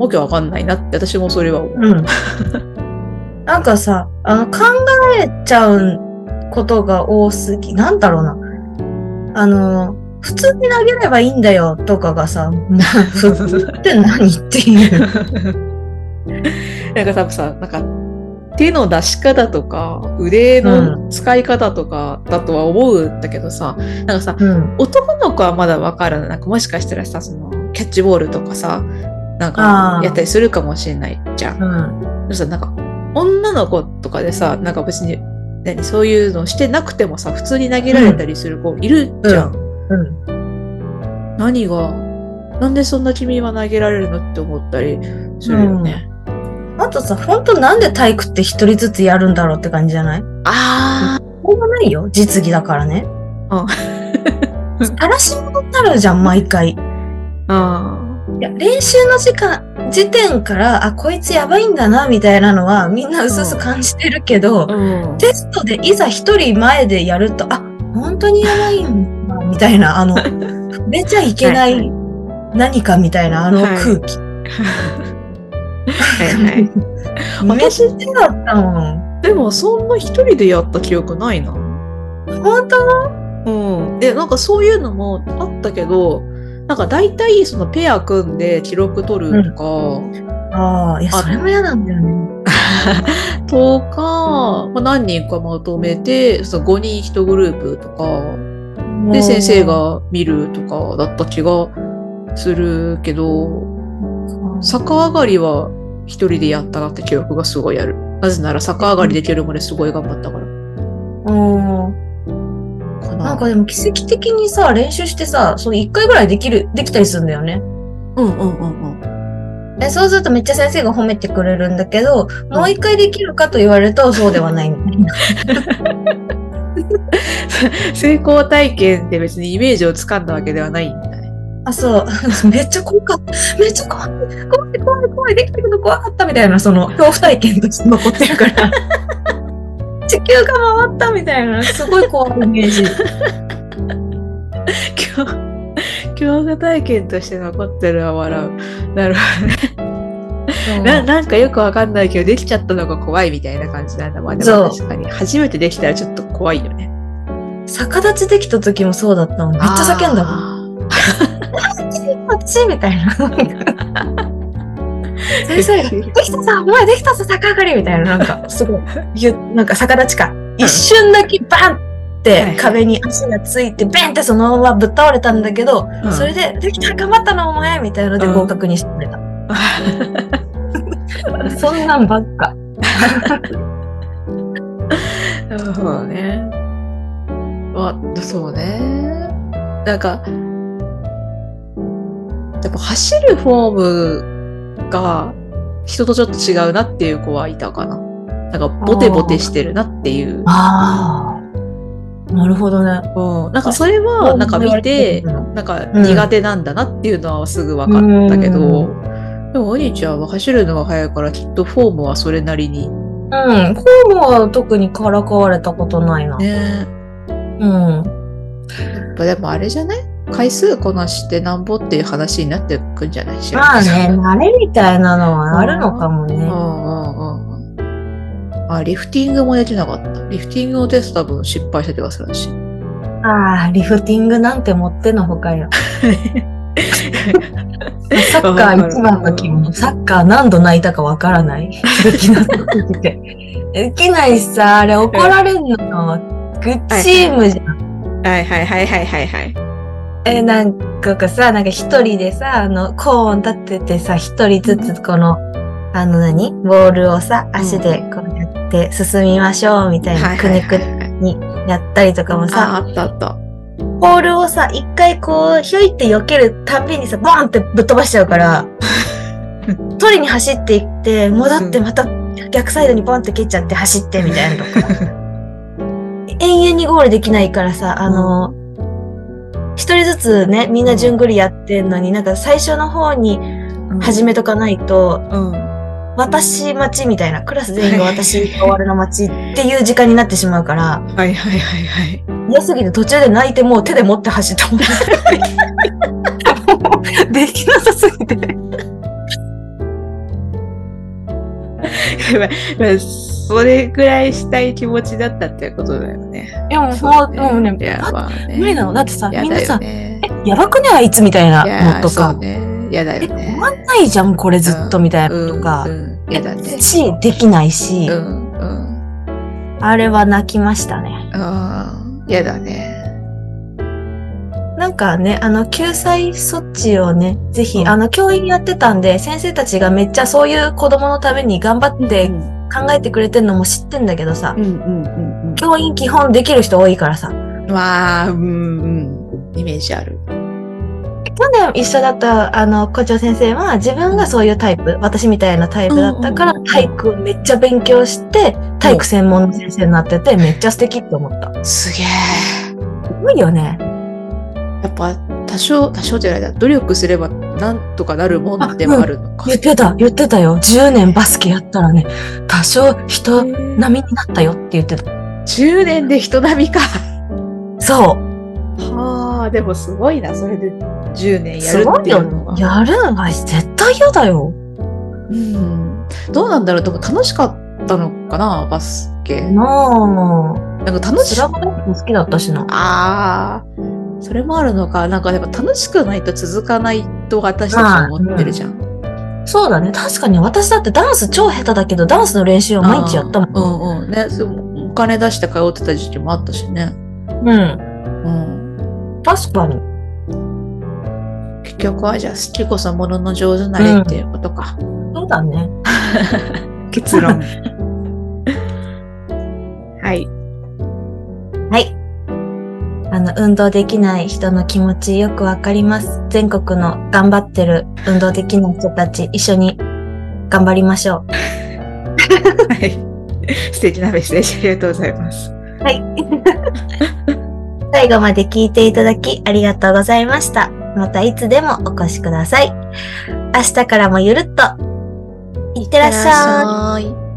わけわかんないなって私もそれは思う。うん、 なんかさ、あの考えちゃうことが多すぎ、なんだろうな。あの、普通に投げればいいんだよとかがさ、普通って何っていう。 なんか多分さ、なんか手の出し方とか腕の使い方とかだとは思うんだけどさ、うん、なんかさ、うん、男の子はまだわかる。なんかもしかしたらさ、そのキャッチボールとかさ、なんかやったりするかもしれないじゃん。うん、さなんか女の子とかでさ、なんか別に何そういうのしてなくてもさ、普通に投げられたりする子いるじゃん。うんうん、何がなんでそんな君は投げられるのって思ったりするよね。 うん、あとさ、本当なんで体育って一人ずつやるんだろうって感じじゃない？ああ。こうがないよ。実技だからね。ああ。らし物になるじゃん、毎回。ああ。いや、練習の時間、時点から、あ、こいつやばいんだな、みたいなのはみんなうすうす感じてるけど、うん、テストでいざ一人前でやると、あ、 本当にやばいんだ、みたいな、あの、触れちゃいけない何かみたいな、あの空気。はいはい。私ってだったもん。 でも、そんな一人でやった記憶ないな。 本当？ うん。で、なんかそういうのもあったけど、なんか大体そのペア組んで記録取るとか、うん、 ああ、いや、それも嫌なんだよね。 とか、まあ、何人かまとめて、そのごにんいちグループとか、で、先生が見るとかだった気がするけど、逆上がりは一人でやったなって記憶がすごいある。なぜなら逆上がりできるまですごい頑張ったから。 うん。かな。なんかでも奇跡的にさ、練習してさ、そのいっかいぐらいできる、できたりするんだよね。 うんうんうんうん。 え、そうするとめっちゃ先生が褒めてくれるんだけど、うん、もう一回できるかと言われるとそうではないみたいな。 成功体験で別にイメージをつかんだわけではないんだね。 あ、そう。めっちゃ怖かった。めっちゃ怖い。怖い怖い怖い。できてるの怖かったみたいな、その恐怖体験として残ってるから。地球が回ったみたいな、すごい怖いイメージ。 恐怖体験として残ってるは笑う。なるほどね。な, なんかよくわかんないけどできちゃったのが怖いみたいな感じなんだ。まあでも確かに初めてできたらちょっと怖いよね。 逆立ちできた時もそうだったの。めっちゃ叫んだもん。私みたいな。先生ができたさ、お前できたさ、逆上がりみたいな、なんかすごいなんか逆立ちか、うん、一瞬だけバンって壁に足がついてベンってそのままぶっ倒れたんだけど、うん、それでできた頑張ったなお前みたいなので合格にしてくれた。うん、そんなんばっか。 なるほどね。あ、そうね。なんかやっぱ走るフォームが人とちょっと違うなっていう子はいたかな。なんかボテボテしてるなっていう。 ああ、なるほどね。 うん、なんかそれはなんか見てなんか苦手なんだなっていうのはすぐ分かったけど、うん、でもお兄ちゃんは走るのが速いからきっとフォームはそれなりに。 うん、フォームは特にからかわれたことないな。ね。うん。 やっぱでもあれじゃない？回数こなしてなんぼっていう話になってくんじゃないしら。 まあね、慣れみたいなのはあるのかもね。うんうんうん。あ、リフティングもできなかった。リフティングのテスト多分失敗してて忘れたし。 ああ、リフティングなんて持ってのほかよ。サッカー一番の気も、サッカー何度泣いたかわからない。できなくて。できないしさ、あれ怒られるの、グッチームじゃん。 はいはいはいはいはいはい。 え、なんかさ、なんか一人でさ、あの、コーン立ててさ、一人ずつこの、うん、あの何ボールをさ、足でこうやって進みましょうみたいな、くねくねにやったりとかもさ、 あ、あったあった。 ボールをさ、一回こう、ひょいって避けるたびにさ、ボーンってぶっ飛ばしちゃうから、取りに走っていって、戻ってまた逆サイドにボンって蹴っちゃって走ってみたいなとか。永遠にゴールできないからさ、あの、一人ずつね、みんな順繰りやってんのに、なんか最初の方に始めとかないと、うんうん、私待ちみたいな、クラス全員が私が終わるの待ちっていう時間になってしまうから、 はいはいはいはい。 嫌すぎて途中で泣いてもう手で持って走ったもん。できなさすぎて。 それぐらいしたい気持ちだったってことだよね。 いやもうそう、もうね、やばね、無理なの。だってさ、みんなさ、え、やばくねあいつみたいなのとか。 やだよね。 え、終わんないじゃん、これずっとみたいなのとか。 うんうん、やだね。 し、できないし、 うんうん。 あれは泣きましたね。 ああ、やだね。 なんかね、あの、救済措置をね、ぜひ、うん、あの、教員やってたんで、先生たちがめっちゃそういう子供のために頑張って考えてくれてるのも知ってんだけどさ、うんうんうんうん、教員基本できる人多いからさ。 まあ、うんうん、イメージある。 去年一緒だったあの校長先生は自分がそういうタイプ、私みたいなタイプだったから、うんうんうん、体育をめっちゃ勉強して体育専門の先生になってて、めっちゃ素敵って思った。 すげえ。 すごいよね。 やっぱ多少多少じゃないだ、努力すればなんとかなるもんでもあるのか。 うん、言ってた言ってたよ。じゅうねんバスケやったらね、多少人並みになったよって言ってた。 じゅうねんで人並みか。 そう。 はあ、でもすごいな、それでじゅうねんやるっていうのは。 やるのが絶対嫌だよ。 うん。どうなんだろう、でも楽しかったのかな、バスケ。 なあ。 なんか楽しスラムダンク好きだったしな。 ああ、それもあるのか。なんかやっぱ楽しくないと続かないと私たちは思ってるじゃん。 うん、そうだね。確かに私だってダンス超下手だけど、ダンスの練習を毎日やったもん。 うんうん。ね、お金出して通ってた時期もあったしね。 うん。うん。確かに。 結局はじゃあ好きこそものの上手なれっていうことか。 うん、そうだね。 結論。はい。 はい。あの、運動できない人の気持ちよくわかります。全国の頑張ってる運動できない人たち、一緒に頑張りましょう。 はい。素敵なメッセージありがとうございます。 はい。最後まで聞いていただきありがとうございました。またいつでもお越しください。明日からもゆるっといってらっしゃい。